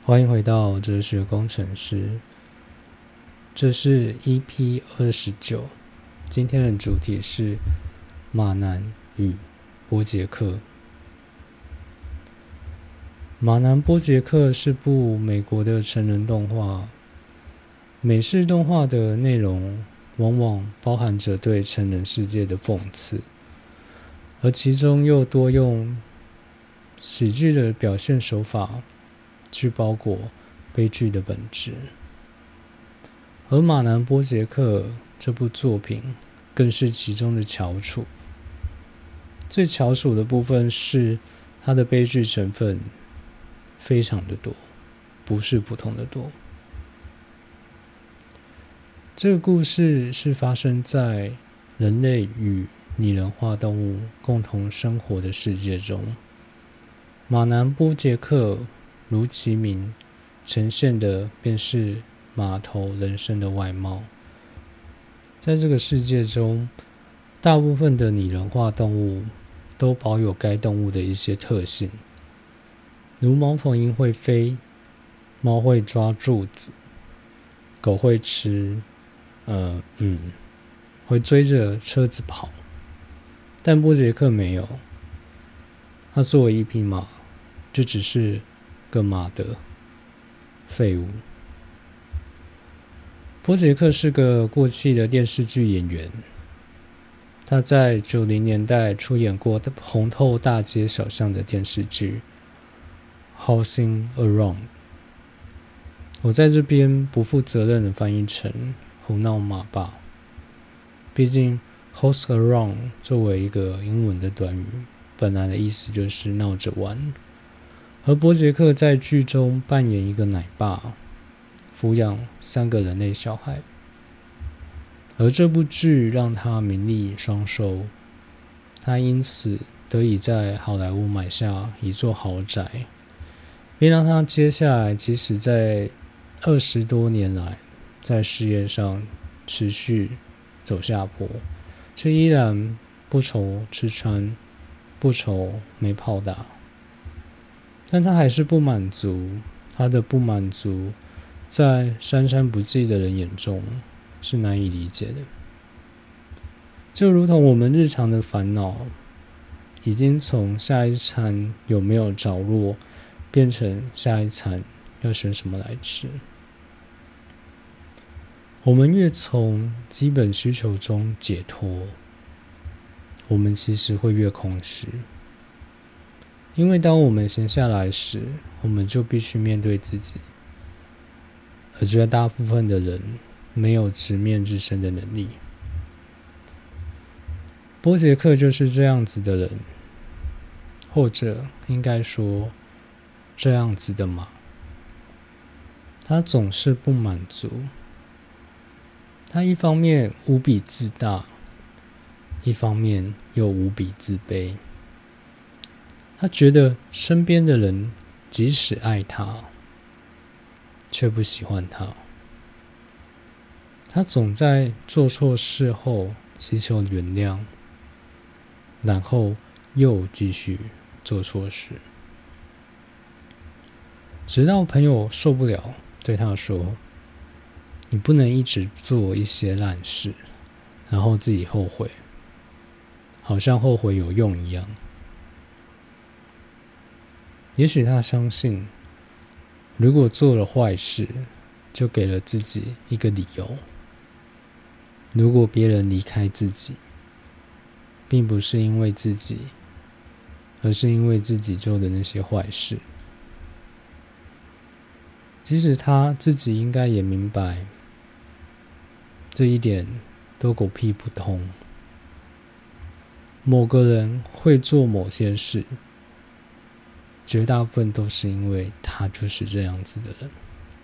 欢迎回到哲学工程师，这是 EP29，今天的主题是马南与波杰克。马南波杰克是部美国的成人动画，美式动画的内容往往包含着对成人世界的讽刺，而其中又多用喜剧的表现手法去包裹悲剧的本质。而马南波杰克这部作品更是其中的翘楚。最翘楚的部分是它的悲剧成分非常的多，不是普通的多。这个故事是发生在人类与拟人化动物共同生活的世界中。马南波杰克如其名，呈现的便是马头人身的外貌。在这个世界中，大部分的拟人化动物都保有该动物的一些特性，如猫头鹰会飞，猫会抓柱子，狗会吃，会追着车子跑。但波杰克没有，他作为一匹马，就只是个马的废物。波杰克是个过气的电视剧演员，他在90年代出演过红透大街小巷的电视剧《Horsing Around》，我在这边不负责任的翻译成胡闹马爸，毕竟 Horse Around 作为一个英文的短语，本来的意思就是闹着玩。而波杰克在剧中扮演一个奶爸，抚养3个人类小孩，而这部剧让他名利双收，他因此得以在好莱坞买下一座豪宅，并让他接下来即使在20多年来在事业上持续走下坡，却依然不愁吃穿，不愁没炮打。但他还是不满足，他的不满足在珊珊不济的人眼中是难以理解的。就如同我们日常的烦恼，已经从下一餐有没有着落，变成下一餐要选什么来吃。我们越从基本需求中解脱，我们其实会越空虚。因为当我们闲下来时，我们就必须面对自己，而绝大部分的人没有直面自身的能力。波杰克就是这样子的人，或者应该说这样子的马。他总是不满足，他一方面无比自大，一方面又无比自卑。他觉得身边的人即使爱他，却不喜欢他。他总在做错事后祈求原谅，然后又继续做错事，直到朋友受不了，对他说：“你不能一直做一些烂事，然后自己后悔，好像后悔有用一样。”也许他相信，如果做了坏事，就给了自己一个理由。如果别人离开自己，并不是因为自己，而是因为自己做的那些坏事。即使他自己应该也明白，这一点都狗屁不通。某个人会做某些事，绝大部分都是因为他就是这样子的人。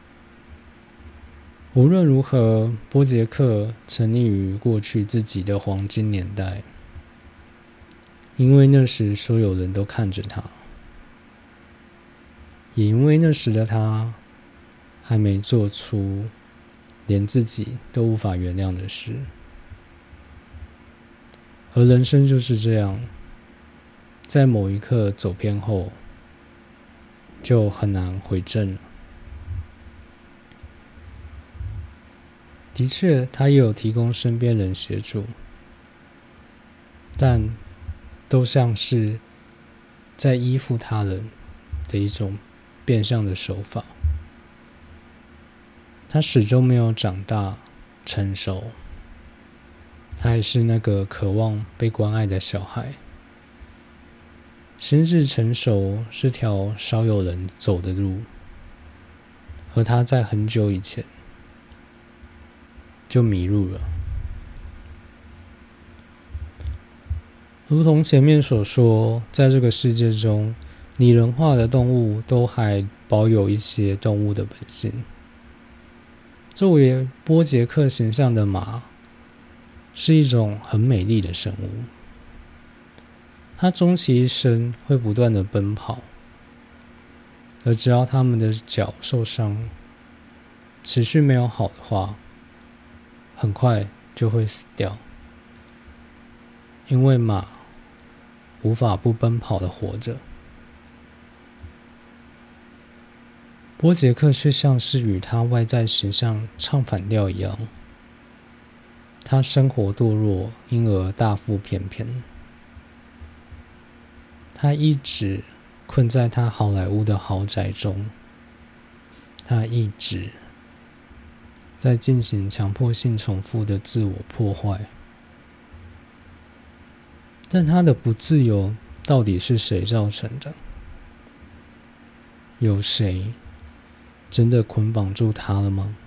无论如何，波杰克沉溺于过去自己的黄金年代，因为那时所有人都看着他，也因为那时的他还没做出连自己都无法原谅的事。而人生就是这样，在某一刻走偏后，就很难回正了。 的确，他也有提供身边人协助，但都像是在依附他人的一种变相的手法。他始终没有长大成熟，他还是那个渴望被关爱的小孩。心智成熟是条少有人走的路，而他在很久以前就迷路了。如同前面所说，在这个世界中，拟人化的动物都还保有一些动物的本性。作为波杰克形象的马，是一种很美丽的生物。它终其一生会不断的奔跑，而只要它们的脚受伤，持续没有好的话，很快就会死掉。因为马无法不奔跑的活着。波杰克却像是与他外在形象唱反调一样，他生活堕落，因而大腹便便。他一直困在他好莱坞的豪宅中，他一直在进行强迫性重复的自我破坏。但他的不自由到底是谁造成的？有谁真的捆绑住他了吗？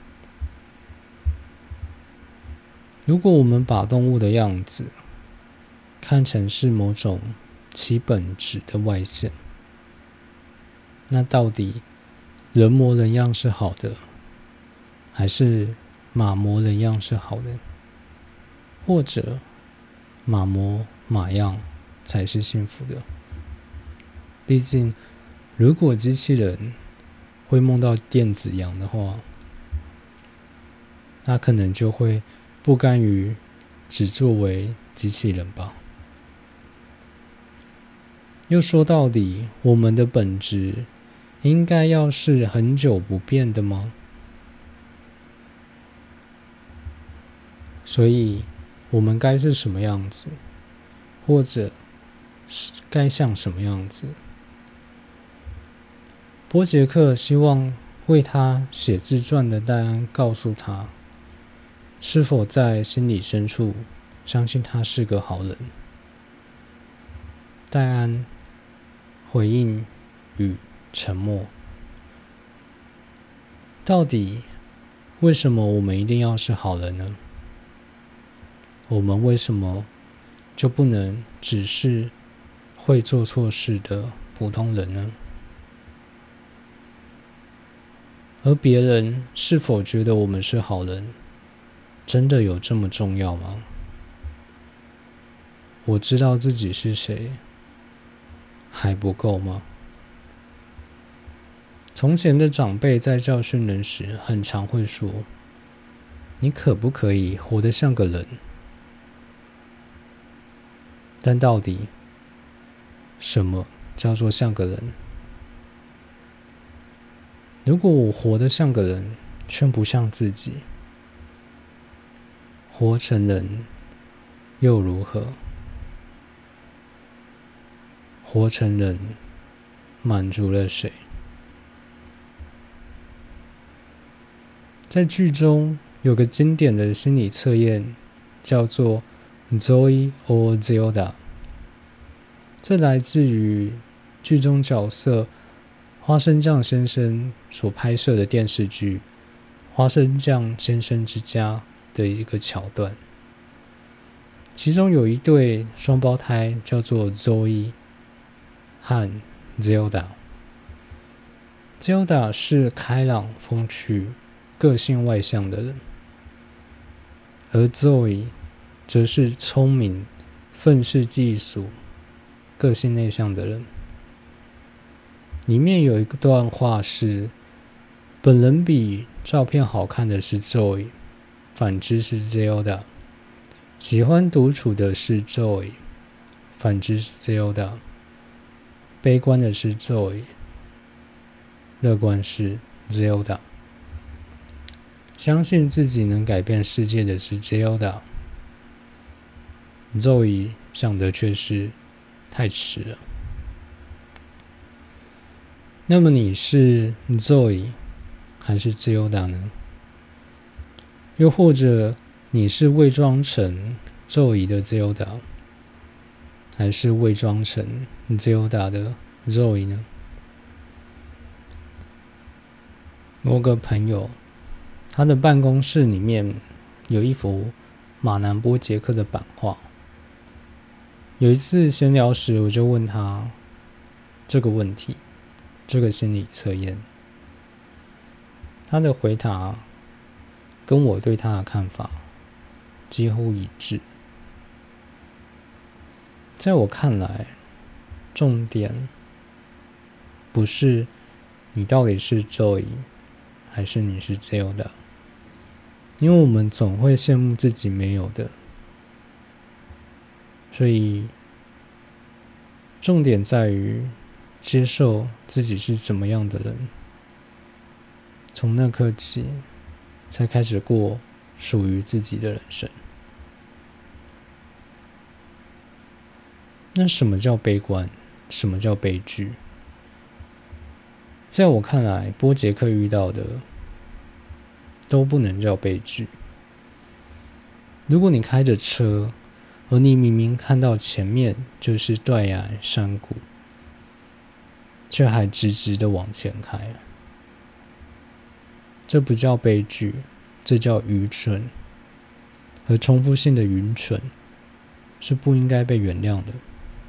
如果我们把动物的样子看成是某种其本质的外显，那到底人模人样是好的，还是马模人样是好的？或者马模马样才是幸福的？毕竟如果机器人会梦到电子羊的话，那可能就会不甘于只作为机器人吧。又说到底，我们的本质应该要是很久不变的吗？所以我们该是什么样子，或者是该像什么样子？波杰克希望为他写自传的戴安告诉他，是否在心里深处相信他是个好人。戴安回应与沉默。到底为什么我们一定要是好人呢？我们为什么就不能只是会做错事的普通人呢？而别人是否觉得我们是好人，真的有这么重要吗？我知道自己是谁，还不够吗？从前的长辈在教训人时，很常会说：“你可不可以活得像个人？”但到底，什么叫做像个人？如果我活得像个人，却不像自己，活成人又如何？活成人满足了谁？在剧中有个经典的心理测验，叫做 Zoe or Zelda。这来自于剧中角色花生酱先生所拍摄的电视剧《花生酱先生之家》的一个桥段。其中有一对双胞胎叫做 Zoe 和 Zelda。Zelda 是开朗风趣、个性外向的人，而 Zoe 则是聪明、愤世嫉俗、个性内向的人。里面有一段话是：本人比照片好看的是 Zoe， 反之是 Zelda。喜欢独处的是 Zoe， 反之是 Zelda。悲观的是 Zoe， 乐观是 Zelda。 相信自己能改变世界的是 Zelda， Zoe 想的却是太迟了。那么你是 Zoe 还是 Zelda 呢？又或者你是伪装成 Zoe 的 Zelda， 还是伪装成 Zelda 的 Zoe 呢？我个朋友，他的办公室里面有一幅马南波杰克的版画。有一次闲聊时，我就问他这个问题，这个心理测验。他的回答跟我对他的看法几乎一致。在我看来，重点不是你到底是 Zoe 还是你是 Zelda， 因为我们总会羡慕自己没有的，所以重点在于接受自己是怎么样的人，从那刻起才开始过属于自己的人生。那什么叫悲观？什么叫悲剧？在我看来，波杰克遇到的都不能叫悲剧。如果你开着车，而你明明看到前面就是断崖山谷，却还直直的往前开，这不叫悲剧，这叫愚蠢。而重复性的愚蠢是不应该被原谅的。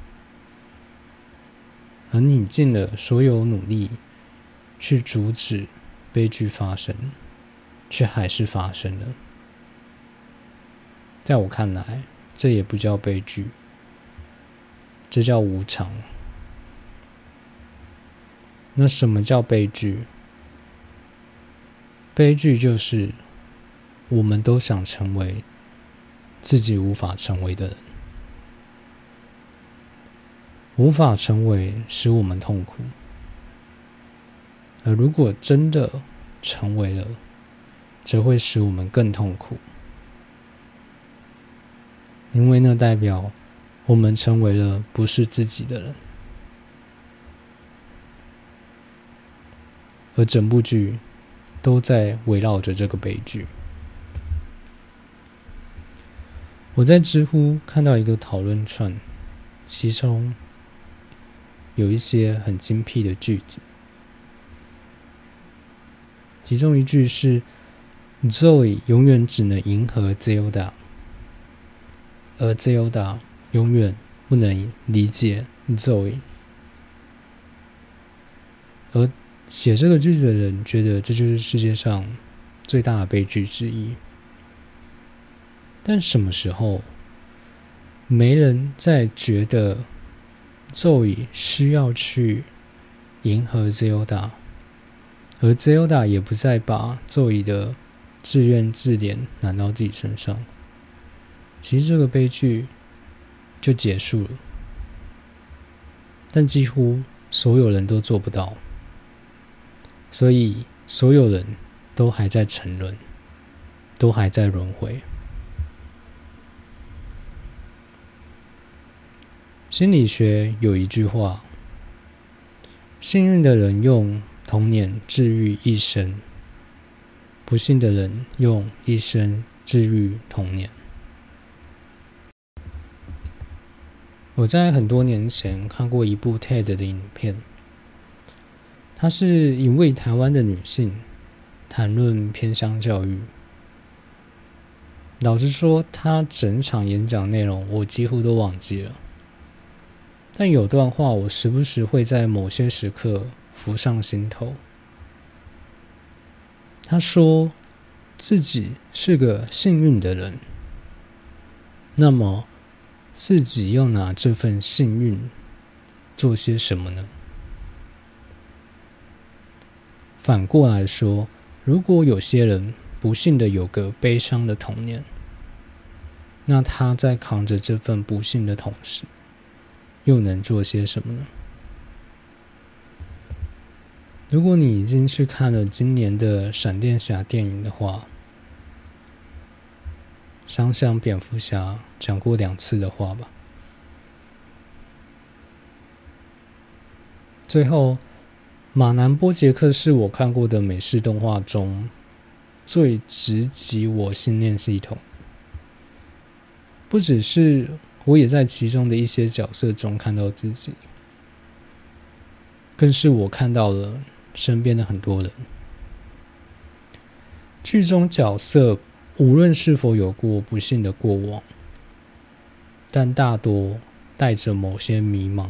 而你尽了所有努力去阻止悲剧发生，却还是发生了。在我看来，这也不叫悲剧，这叫无常。那什么叫悲剧？悲剧就是我们都想成为自己无法成为的人，无法成为使我们痛苦，而如果真的成为了，则会使我们更痛苦，因为那代表我们成为了不是自己的人。而整部剧都在围绕着这个悲剧。我在知乎看到一个讨论串，其中有一些很精辟的句子，其中一句是 Zoe 永远只能迎合 Zelda， 而 Zelda 永远不能理解 Zoe。 而写这个句子的人觉得这就是世界上最大的悲剧之一。但什么时候没人再觉得 Zoe 需要去迎合 Zelda， 而 Zelda 也不再把 Zoe 的自怨自怜揽到自己身上，其实这个悲剧就结束了。但几乎所有人都做不到，所以所有人都还在沉沦，都还在轮回。心理学有一句话：幸运的人用童年治愈一生，不幸的人用一生治愈童年。我在很多年前看过一部 TED 的影片，它是一位台湾的女性谈论偏乡教育。老实说，她整场演讲内容我几乎都忘记了，但有段话我时不时会在某些时刻浮上心头。她说自己是个幸运的人，那么自己又拿这份幸运做些什么呢？反过来说，如果有些人不幸的有个悲伤的童年，那他在扛着这份不幸的同时，又能做些什么呢？如果你已经去看了今年的闪电侠电影的话， 想想蝙蝠侠讲过2次的话吧。最后，马南波杰克是我看过的美式动画中最直击我信念系统，不只是我也在其中的一些角色中看到自己，更是我看到了身边的很多人。剧中角色无论是否有过不幸的过往，但大多带着某些迷茫。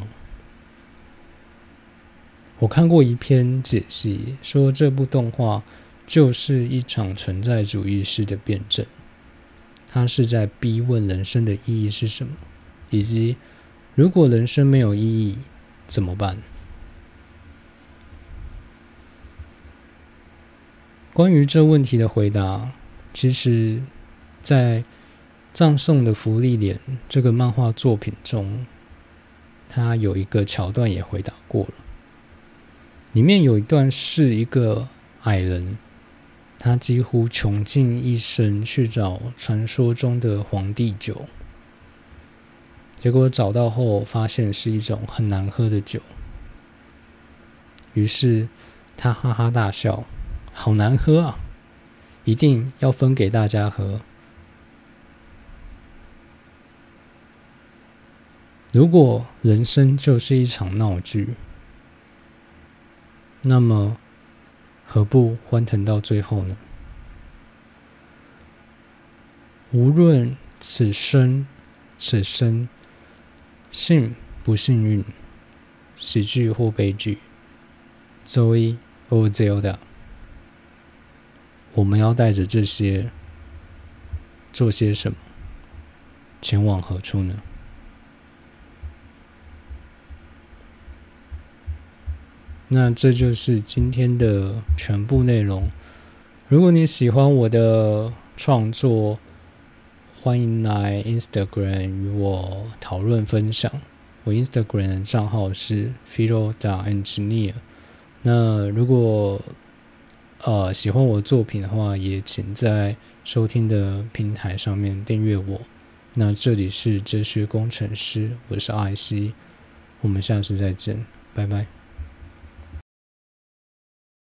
我看过一篇解析，说这部动画就是一场存在主义式的辩证，它是在逼问人生的意义是什么，以及如果人生没有意义怎么办。关于这问题的回答，其实在葬送的芙莉莲这个漫画作品中，它有一个桥段也回答过了。里面有一段是一个矮人，他几乎穷尽一生去找传说中的皇帝酒，结果找到后发现是一种很难喝的酒，于是他哈哈大笑，好难喝啊，一定要分给大家喝。如果人生就是一场闹剧，那么何不欢腾到最后呢？无论此生幸不幸运，喜剧或悲剧 Zoe or Zelda， 我们要带着这些做些什么，前往何处呢？那这就是今天的全部内容。如果你喜欢我的创作，欢迎来 Instagram 与我讨论分享。我 Instagram 的账号是 philo.engineer。那如果喜欢我的作品的话，也请在收听的平台上面订阅我。那这里是哲学工程师，我是艾希，我们下次再见，拜拜。